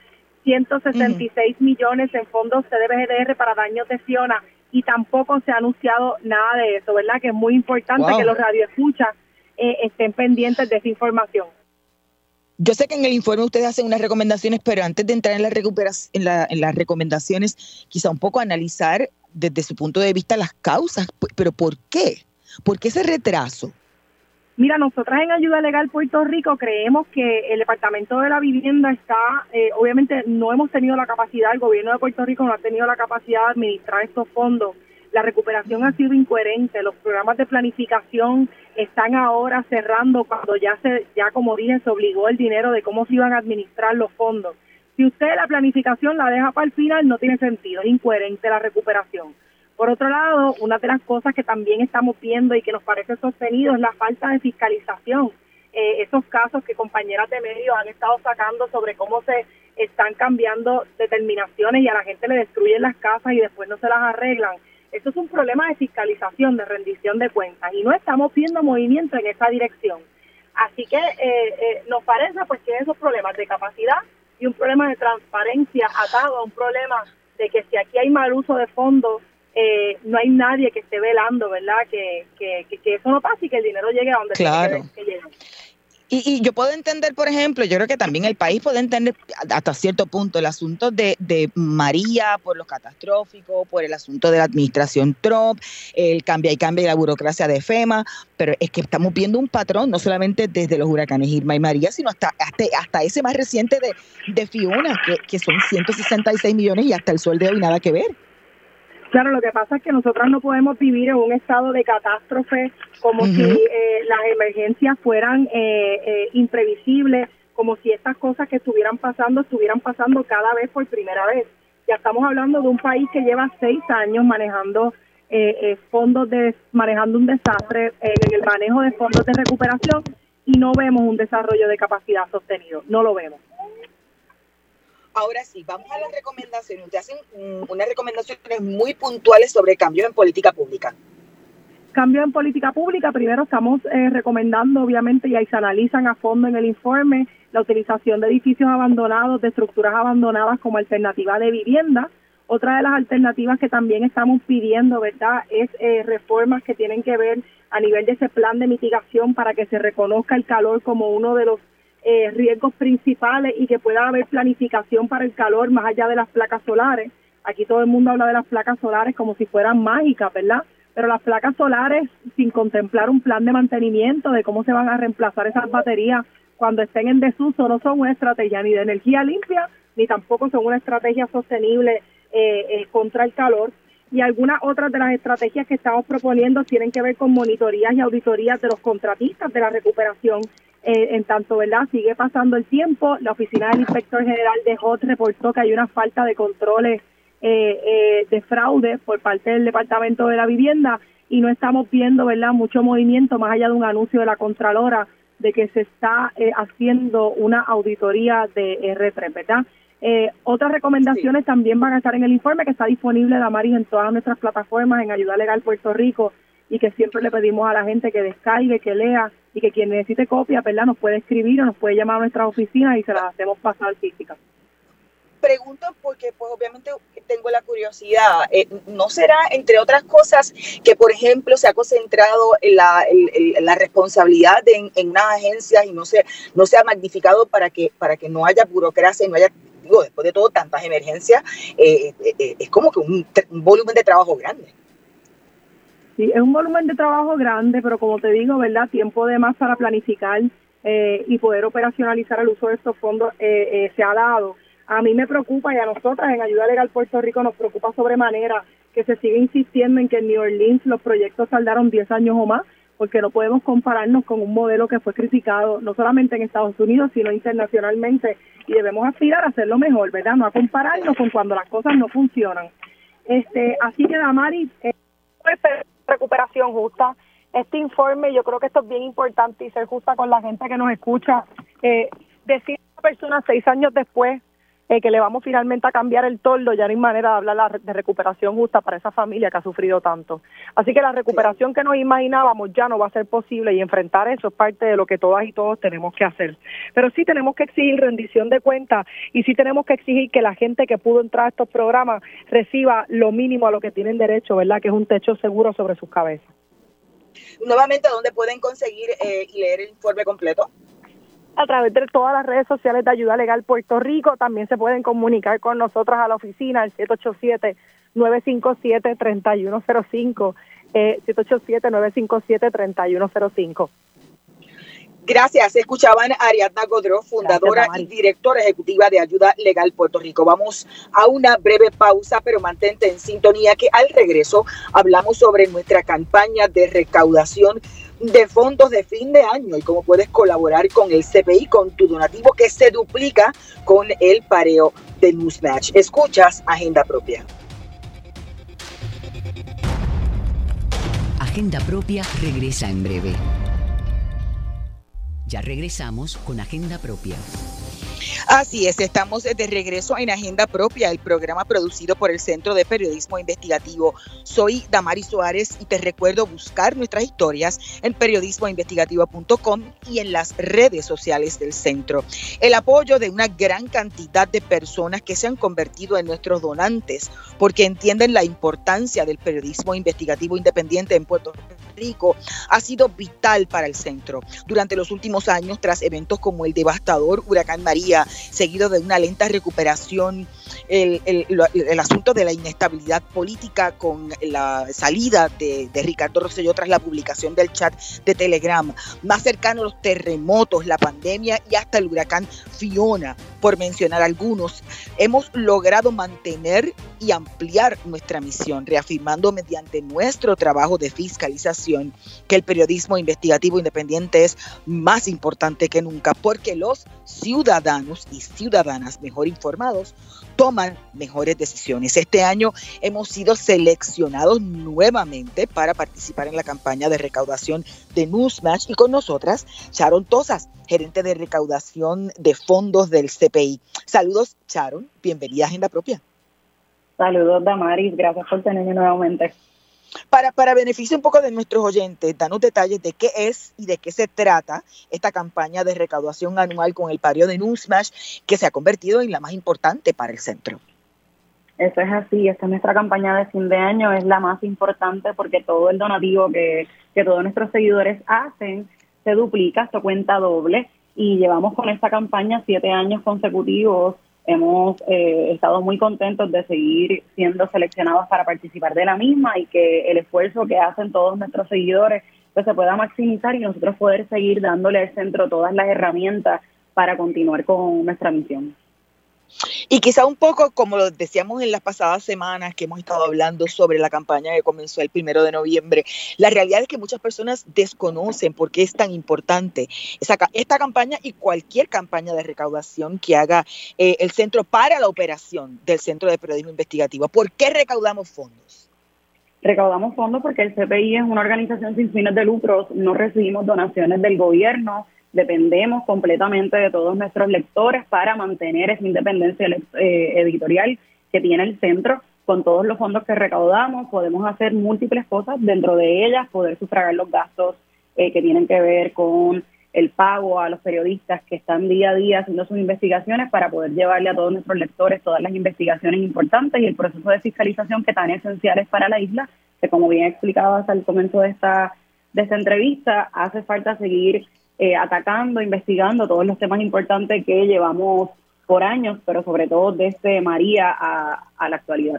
166 millones en fondos CDBGDR para daños de Fiona, y tampoco se ha anunciado nada de eso, ¿verdad? Que es muy importante que los radioescuchas estén pendientes de esa información. Yo sé que en el informe ustedes hacen unas recomendaciones, pero antes de entrar en las recomendaciones, quizá un poco analizar desde su punto de vista las causas. ¿Pero por qué? ¿Por qué ese retraso? Mira, nosotras en Ayuda Legal Puerto Rico creemos que el Departamento de la Vivienda está, obviamente no hemos tenido la capacidad, el gobierno de Puerto Rico no ha tenido la capacidad de administrar estos fondos. La recuperación ha sido incoherente, los programas de planificación están ahora cerrando cuando ya como dije, se obligó el dinero de cómo se iban a administrar los fondos. Si usted la planificación la deja para el final, no tiene sentido, es incoherente la recuperación. Por otro lado, una de las cosas que también estamos viendo y que nos parece sostenido es la falta de fiscalización. Esos casos que compañeras de medios han estado sacando sobre cómo se están cambiando determinaciones y a la gente le destruyen las casas y después no se las arreglan. Eso es un problema de fiscalización, de rendición de cuentas, y no estamos viendo movimiento en esa dirección. Así que nos parece pues que esos problemas de capacidad y un problema de transparencia atado a un problema de que si aquí hay mal uso de fondos, no hay nadie que esté velando, ¿verdad? Que eso no pase y que el dinero llegue a donde claro. que llegue. Y yo puedo entender, por ejemplo, yo creo que también el país puede entender hasta cierto punto el asunto de María por los catastróficos, por el asunto de la administración Trump, el cambia y la burocracia de FEMA, pero es que estamos viendo un patrón, no solamente desde los huracanes Irma y María, sino hasta ese más reciente de Fiona, que son 166 millones y hasta el sol de hoy nada que ver. Claro, lo que pasa es que nosotras no podemos vivir en un estado de catástrofe como si las emergencias fueran imprevisibles, como si estas cosas que estuvieran pasando cada vez por primera vez. Ya estamos hablando de un país que lleva 6 años manejando manejando un desastre en el manejo de fondos de recuperación, y no vemos un desarrollo de capacidad sostenido, no lo vemos. Ahora sí, vamos a las recomendaciones. Ustedes hacen unas recomendaciones muy puntuales sobre cambios en política pública. Cambios en política pública, primero estamos recomendando, obviamente, y ahí se analizan a fondo en el informe, la utilización de edificios abandonados, de estructuras abandonadas como alternativa de vivienda. Otra de las alternativas que también estamos pidiendo, ¿verdad?, es reformas que tienen que ver a nivel de ese plan de mitigación para que se reconozca el calor como uno de los riesgos principales y que pueda haber planificación para el calor más allá de las placas solares. Aquí todo el mundo habla de las placas solares como si fueran mágicas, ¿verdad? pero las placas solares, sin contemplar un plan de mantenimiento de cómo se van a reemplazar esas baterías cuando estén en desuso, no son una estrategia ni de energía limpia, ni tampoco son una estrategia sostenible contra el calor. Y algunas otras de las estrategias que estamos proponiendo tienen que ver con monitorías y auditorías de los contratistas de la recuperación. En tanto, ¿verdad?, sigue pasando el tiempo, la Oficina del Inspector General de HOT reportó que hay una falta de controles de fraude por parte del Departamento de la Vivienda y no estamos viendo, ¿verdad?, mucho movimiento más allá de un anuncio de la Contralora de que se está haciendo una auditoría de R3, ¿verdad? Otras recomendaciones también van a estar en el informe que está disponible, Damaris, en todas nuestras plataformas, en Ayuda Legal Puerto Rico, y que siempre le pedimos a la gente que descargue, que lea, y que quien necesite copia, ¿verdad?, nos puede escribir o nos puede llamar a nuestras oficinas y se las hacemos pasar físicas. Pregunto porque pues obviamente tengo la curiosidad, ¿no será, entre otras cosas, que por ejemplo se ha concentrado la responsabilidad en unas agencias y no se ha magnificado para que no haya burocracia y no haya, digo, después de todo tantas emergencias, es como que un volumen de trabajo grande? Sí, es un volumen de trabajo grande, pero como te digo, ¿verdad?, tiempo de más para planificar y poder operacionalizar el uso de estos fondos se ha dado. A mí me preocupa, y a nosotras en Ayuda Legal Puerto Rico nos preocupa sobremanera que se siga insistiendo en que en New Orleans los proyectos tardaron 10 años o más, porque no podemos compararnos con un modelo que fue criticado no solamente en Estados Unidos, sino internacionalmente, y debemos aspirar a hacerlo mejor, ¿verdad?, no a compararnos con cuando las cosas no funcionan. Así que, Damaris, recuperación justa. Este informe, yo creo que esto es bien importante y ser justa con la gente que nos escucha. Decir a una persona 6 años después que le vamos finalmente a cambiar el toldo, ya no hay manera de hablar de recuperación justa para esa familia que ha sufrido tanto. Así que la recuperación que nos imaginábamos ya no va a ser posible y enfrentar eso es parte de lo que todas y todos tenemos que hacer. Pero sí tenemos que exigir rendición de cuentas y sí tenemos que exigir que la gente que pudo entrar a estos programas reciba lo mínimo a lo que tienen derecho, ¿verdad?, que es un techo seguro sobre sus cabezas. Nuevamente, ¿dónde pueden conseguir y leer el informe completo? A través de todas las redes sociales de Ayuda Legal Puerto Rico. También se pueden comunicar con nosotras a la oficina al 787-957-3105, 787-957-3105. Gracias. Escuchaban a Ariadna Godreau, fundadora y directora ejecutiva de Ayuda Legal Puerto Rico. Vamos a una breve pausa, pero mantente en sintonía que al regreso hablamos sobre nuestra campaña de recaudación de fondos de fin de año y cómo puedes colaborar con el CPI con tu donativo que se duplica con el pareo de Newsmatch. Escuchas Agenda Propia. Agenda Propia regresa en breve. Ya regresamos con Agenda Propia. Así es, estamos de regreso en Agenda Propia, el programa producido por el Centro de Periodismo Investigativo. Soy Damaris Suárez y te recuerdo buscar nuestras historias en periodismoinvestigativo.com y en las redes sociales del centro. El apoyo de una gran cantidad de personas que se han convertido en nuestros donantes porque entienden la importancia del periodismo investigativo independiente en Puerto Rico ha sido vital para el centro. Durante los últimos años, tras eventos como el devastador huracán María, seguido de una lenta recuperación, el asunto de la inestabilidad política con la salida de Ricardo Rosselló tras la publicación del chat de Telegram, más cercano a los terremotos, la pandemia y hasta el huracán Fiona, por mencionar algunos, hemos logrado mantener y ampliar nuestra misión, reafirmando mediante nuestro trabajo de fiscalización que el periodismo investigativo independiente es más importante que nunca, porque los ciudadanos y ciudadanas mejor informados toman mejores decisiones. Este año hemos sido seleccionados nuevamente para participar en la campaña de recaudación de Newsmatch y con nosotras Sharon Tosas, gerente de recaudación de fondos del CPI. Saludos, Sharon. Bienvenida a Agenda Propia. Saludos, Damaris. Gracias por tenerme nuevamente. Para beneficio un poco de nuestros oyentes, danos detalles de qué es y de qué se trata esta campaña de recaudación anual con el pareo de Newsmatch, que se ha convertido en la más importante para el centro. Eso es así. Esta es nuestra campaña de fin de año, es la más importante porque todo el donativo que todos nuestros seguidores hacen se duplica, esto cuenta doble, y llevamos con esta campaña 7 años consecutivos hemos estado muy contentos de seguir siendo seleccionados para participar de la misma y que el esfuerzo que hacen todos nuestros seguidores pues se pueda maximizar y nosotros poder seguir dándole al centro todas las herramientas para continuar con nuestra misión. Y quizá un poco, como lo decíamos en las pasadas semanas que hemos estado hablando sobre la campaña que comenzó el 1 de noviembre, la realidad es que muchas personas desconocen por qué es tan importante esta campaña y cualquier campaña de recaudación que haga el centro para la operación del Centro de Periodismo Investigativo. ¿Por qué recaudamos fondos? Recaudamos fondos porque el CPI es una organización sin fines de lucros, no recibimos donaciones del gobierno, dependemos completamente de todos nuestros lectores para mantener esa independencia editorial que tiene el centro. Con todos los fondos que recaudamos podemos hacer múltiples cosas, dentro de ellas poder sufragar los gastos que tienen que ver con el pago a los periodistas que están día a día haciendo sus investigaciones para poder llevarle a todos nuestros lectores todas las investigaciones importantes y el proceso de fiscalización que tan esencial es para la isla, que como bien explicabas al comienzo de esta entrevista, hace falta seguir atacando, investigando todos los temas importantes que llevamos por años, pero sobre todo desde María a la actualidad.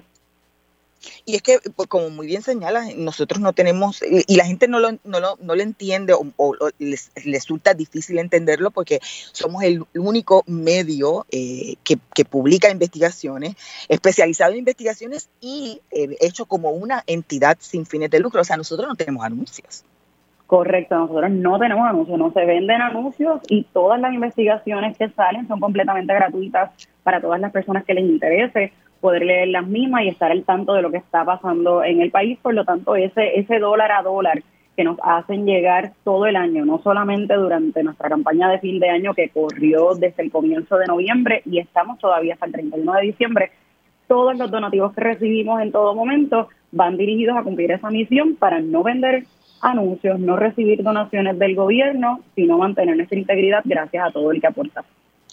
Y es que, como muy bien señalas, nosotros no tenemos, y la gente no lo entiende o les resulta difícil entenderlo porque somos el único medio que publica investigaciones, especializado en investigaciones y hecho como una entidad sin fines de lucro. O sea, nosotros no tenemos anuncios. Correcto, nosotros no tenemos anuncios, no se venden anuncios y todas las investigaciones que salen son completamente gratuitas para todas las personas que les interese poder leer las mismas y estar al tanto de lo que está pasando en el país. Por lo tanto, ese dólar a dólar que nos hacen llegar todo el año, no solamente durante nuestra campaña de fin de año que corrió desde el comienzo de noviembre y estamos todavía hasta el 31 de diciembre, todos los donativos que recibimos en todo momento van dirigidos a cumplir esa misión para no vender anuncios, no recibir donaciones del gobierno, sino mantener nuestra integridad gracias a todo el que aporta.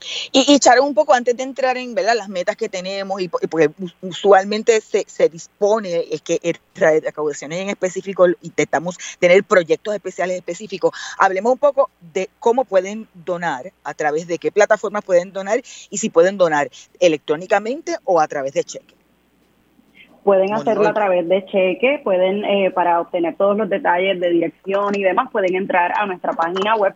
Y Charo, un poco antes de entrar en, ¿verdad?, las metas que tenemos, y porque usualmente se dispone es que traer recaudaciones en específico y intentamos tener proyectos especiales específicos, hablemos un poco de cómo pueden donar, a través de qué plataformas pueden donar y si pueden donar electrónicamente o a través de cheque. Pueden hacerlo a través de cheque, pueden, para obtener todos los detalles de dirección y demás, pueden entrar a nuestra página web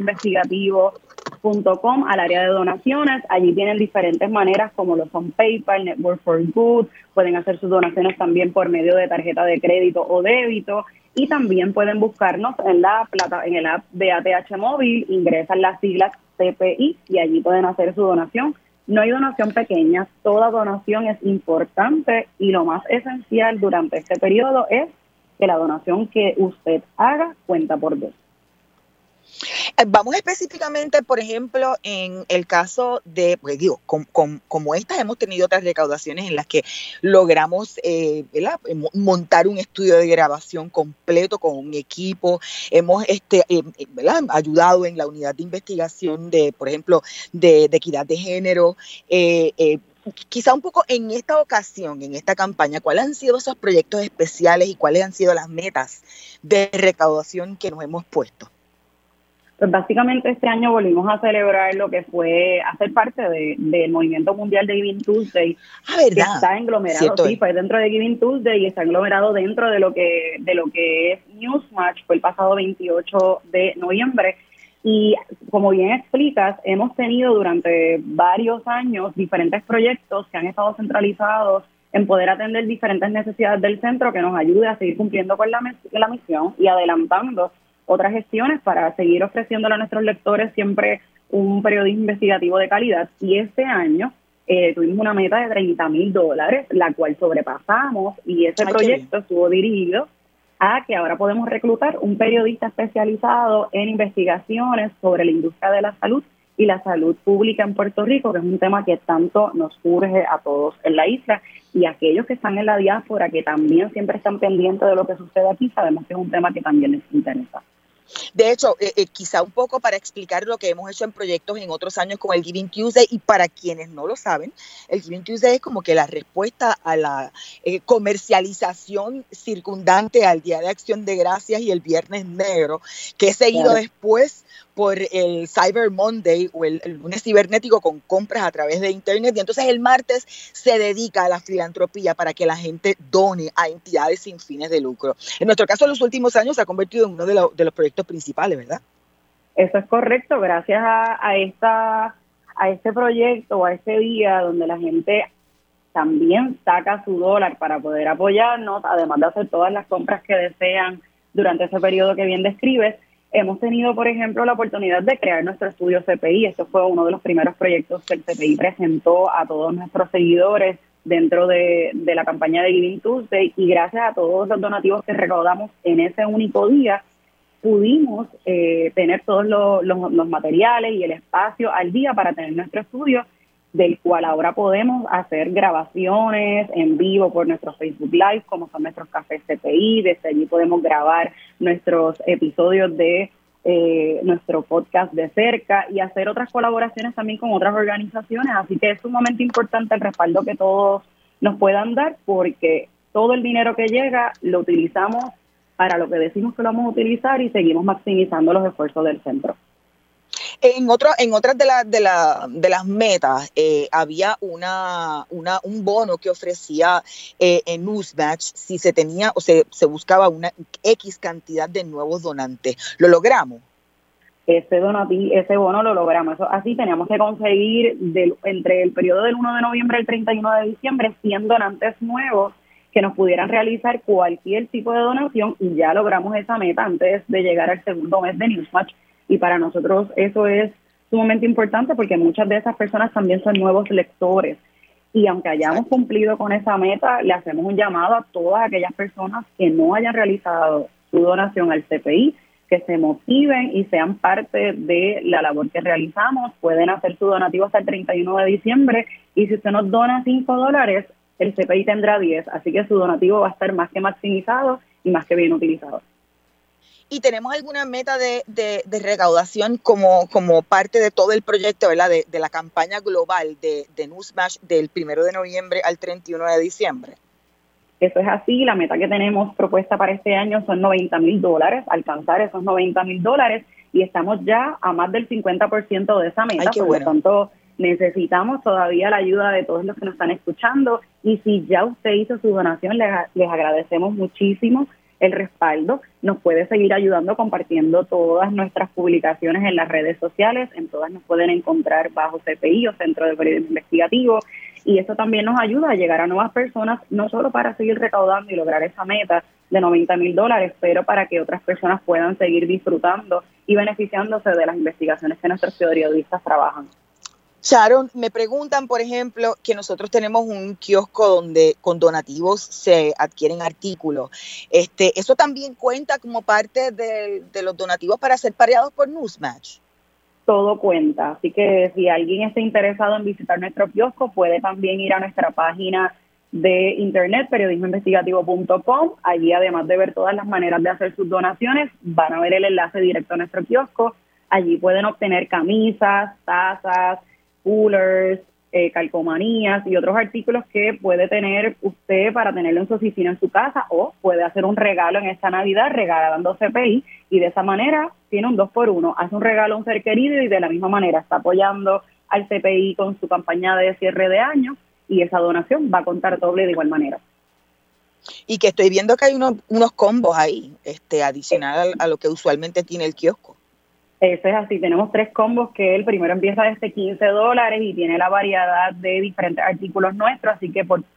periodismoinvestigativo.com al área de donaciones. Allí tienen diferentes maneras como lo son PayPal, Network for Good, pueden hacer sus donaciones también por medio de tarjeta de crédito o débito y también pueden buscarnos en el app de ATH Móvil, ingresan las siglas CPI y allí pueden hacer su donación. No hay donación pequeña, toda donación es importante y lo más esencial durante este periodo es que la donación que usted haga cuenta por dos. Vamos específicamente, por ejemplo, en el caso de, pues digo, como estas, hemos tenido otras recaudaciones en las que logramos montar un estudio de grabación completo con un equipo, hemos ayudado en la unidad de investigación de, por ejemplo, de equidad de género. Quizá un poco en esta ocasión, en esta campaña, ¿cuáles han sido esos proyectos especiales y cuáles han sido las metas de recaudación que nos hemos puesto? Pues básicamente este año volvimos a celebrar lo que fue hacer parte del movimiento mundial de Giving Tuesday, que está englomerado, sí, fue dentro de Giving Tuesday y está englomerado dentro de lo que es Newsmatch, fue el pasado 28 de noviembre. Y como bien explicas, hemos tenido durante varios años diferentes proyectos que han estado centralizados en poder atender diferentes necesidades del centro que nos ayude a seguir cumpliendo con la misión y adelantando otras gestiones para seguir ofreciéndole a nuestros lectores siempre un periodismo investigativo de calidad. Y este año tuvimos una meta de $30,000, la cual sobrepasamos, y ese proyecto estuvo dirigido a que ahora podemos reclutar un periodista especializado en investigaciones sobre la industria de la salud y la salud pública en Puerto Rico, que es un tema que tanto nos urge a todos en la isla, y aquellos que están en la diáspora, que también siempre están pendientes de lo que sucede aquí, sabemos que es un tema que también les interesa. De hecho, quizá un poco para explicar lo que hemos hecho en proyectos en otros años como el Giving Tuesday, y para quienes no lo saben, el Giving Tuesday es como que la respuesta a la comercialización circundante al Día de Acción de Gracias y el Viernes Negro, que es seguido después por el Cyber Monday o el lunes cibernético con compras a través de Internet, y entonces el martes se dedica a la filantropía para que la gente done a entidades sin fines de lucro. En nuestro caso, en los últimos años se ha convertido en uno de los proyectos principales, ¿verdad? Eso es correcto, gracias a este proyecto, a este día donde la gente también saca su dólar para poder apoyarnos, además de hacer todas las compras que desean durante ese periodo que bien describes. Hemos tenido, por ejemplo, la oportunidad de crear nuestro estudio CPI. Esto fue uno de los primeros proyectos que el CPI presentó a todos nuestros seguidores dentro de la campaña de Giving Tuesday, y gracias a todos los donativos que recaudamos en ese único día, pudimos tener todos los materiales y el espacio al día para tener nuestro estudio, del cual ahora podemos hacer grabaciones en vivo por nuestro Facebook Live, como son nuestros cafés CPI. Desde allí podemos grabar nuestros episodios de nuestro podcast de cerca y hacer otras colaboraciones también con otras organizaciones. Así que es sumamente importante el respaldo que todos nos puedan dar, porque todo el dinero que llega lo utilizamos para lo que decimos que lo vamos a utilizar y seguimos maximizando los esfuerzos del centro. En otras de las metas había un bono que ofrecía en Newsmatch si se tenía o se buscaba una X cantidad de nuevos donantes. ¿Lo logramos? Ese bono lo logramos. Eso, así teníamos que conseguir entre el periodo del 1 de noviembre al 31 de diciembre 100 donantes nuevos que nos pudieran realizar cualquier tipo de donación, y ya logramos esa meta antes de llegar al segundo mes de Newsmatch. Y para nosotros eso es sumamente importante porque muchas de esas personas también son nuevos lectores. Y aunque hayamos cumplido con esa meta, le hacemos un llamado a todas aquellas personas que no hayan realizado su donación al CPI, que se motiven y sean parte de la labor que realizamos. Pueden hacer su donativo hasta el 31 de diciembre y si usted nos dona $5, el CPI tendrá 10. Así que su donativo va a estar más que maximizado y más que bien utilizado. ¿Y tenemos alguna meta de recaudación como parte de todo el proyecto, ¿verdad? De la campaña global de Newsmatch del 1 de noviembre al 31 de diciembre? Eso es así. La meta que tenemos propuesta para este año son $90,000, alcanzar esos $90,000, y estamos ya a más del 50% de esa meta. Ay, qué bueno. Por lo tanto, necesitamos todavía la ayuda de todos los que nos están escuchando, y si ya usted hizo su donación, les agradecemos muchísimo el respaldo. Nos puede seguir ayudando compartiendo todas nuestras publicaciones en las redes sociales. En todas nos pueden encontrar bajo CPI o Centro de Periodismo Investigativo, y eso también nos ayuda a llegar a nuevas personas, no solo para seguir recaudando y lograr esa meta de $90,000, pero para que otras personas puedan seguir disfrutando y beneficiándose de las investigaciones que nuestros periodistas trabajan. Sharon, me preguntan, por ejemplo, que nosotros tenemos un kiosco donde con donativos se adquieren artículos. ¿Eso también cuenta como parte de los donativos para ser pareados por Newsmatch? Todo cuenta, así que si alguien está interesado en visitar nuestro kiosco, puede también ir a nuestra página de internet, periodismoinvestigativo.com. Allí, además de ver todas las maneras de hacer sus donaciones, van a ver el enlace directo a nuestro kiosco. Allí pueden obtener camisas, tazas, coolers, calcomanías y otros artículos que puede tener usted para tenerlo en su oficina, en su casa, o puede hacer un regalo en esta Navidad regalando CPI, y de esa manera tiene un 2x1, hace un regalo a un ser querido y de la misma manera está apoyando al CPI con su campaña de cierre de año, y esa donación va a contar doble de igual manera. Y que estoy viendo que hay unos combos ahí, adicional a lo que usualmente tiene el kiosco. Eso es así, tenemos 3 combos, que el primero empieza desde $15 y tiene la variedad de diferentes artículos nuestros, así que por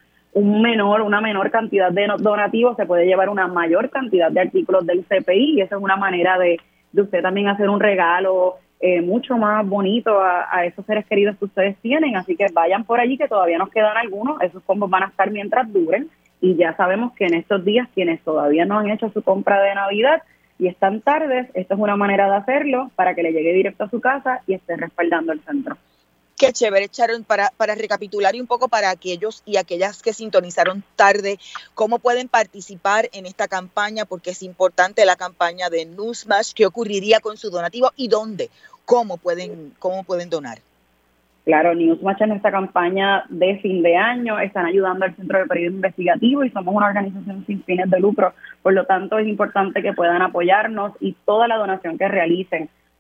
una menor cantidad de donativos se puede llevar una mayor cantidad de artículos del CPI, y esa es una manera de usted también hacer un regalo mucho más bonito a esos seres queridos que ustedes tienen. Así que vayan por allí, que todavía nos quedan algunos. Esos combos van a estar mientras duren, y ya sabemos que en estos días quienes todavía no han hecho su compra de Navidad y están tardes, esto es una manera de hacerlo para que le llegue directo a su casa y esté respaldando el centro. Qué chévere, Sharon. Para recapitular un poco para aquellos y aquellas que sintonizaron tarde, ¿cómo pueden participar en esta campaña? Porque es importante la campaña de Newsmatch. ¿Qué ocurriría con su donativo y dónde? ¿Cómo pueden donar? Claro, Newsmatch en esta campaña de fin de año están ayudando al Centro de Periodismo Investigativo, y somos una organización sin fines de lucro. Por lo tanto, es importante que puedan apoyarnos, y toda la donación que realicen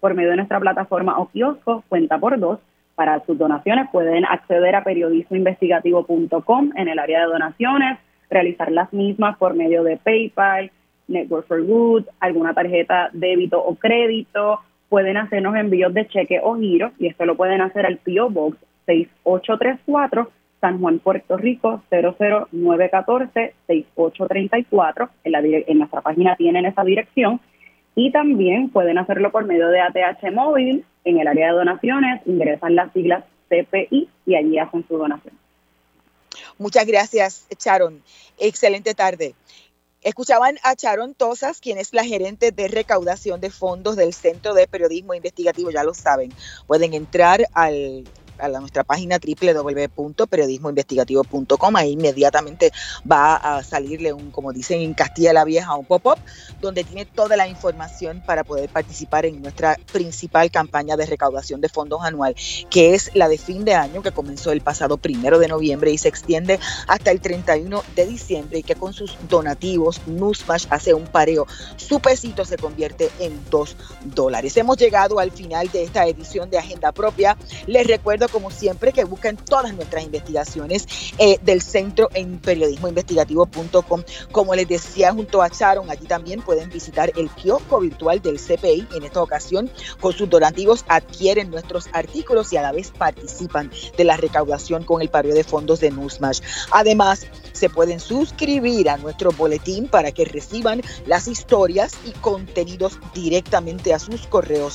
por medio de nuestra plataforma o kiosco Cuenta por Dos. Para sus donaciones pueden acceder a periodismoinvestigativo.com en el área de donaciones, realizar las mismas por medio de PayPal, Network for Good, alguna tarjeta débito o crédito. Pueden hacernos envíos de cheque o giro y esto lo pueden hacer al P.O. Box 6834, San Juan, Puerto Rico 00914 6834. En nuestra página tienen esa dirección. Y también pueden hacerlo por medio de ATH Móvil. En el área de donaciones ingresan las siglas CPI y allí hacen su donación. Muchas gracias, Sharon. Excelente tarde. Escuchaban a Sharon Tosas, quien es la gerente de recaudación de fondos del Centro de Periodismo Investigativo. Ya lo saben, pueden entrar a nuestra página www.periodismoinvestigativo.com. Ahí inmediatamente va a salirle como dicen en Castilla la Vieja, un pop-up donde tiene toda la información para poder participar en nuestra principal campaña de recaudación de fondos anual, que es la de fin de año, que comenzó el pasado 1 de noviembre y se extiende hasta el 31 de diciembre, y que con sus donativos Newsmax hace un pareo. Su pesito se convierte en $2. Hemos llegado al final de esta edición de Agenda Propia. Les recuerdo, como siempre, que busquen todas nuestras investigaciones del centro en periodismoinvestigativo.com. Como les decía, junto a Sharon, allí también pueden visitar el kiosco virtual del CPI. En esta ocasión, con sus donativos adquieren nuestros artículos y a la vez participan de la recaudación con el pareo de fondos de Newsmax. Además, se pueden suscribir a nuestro boletín para que reciban las historias y contenidos directamente a sus correos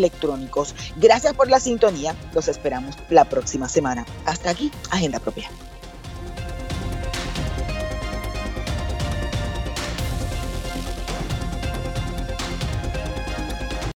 electrónicos. Gracias por la sintonía. Los esperamos la próxima semana. Hasta aquí, Agenda Propia.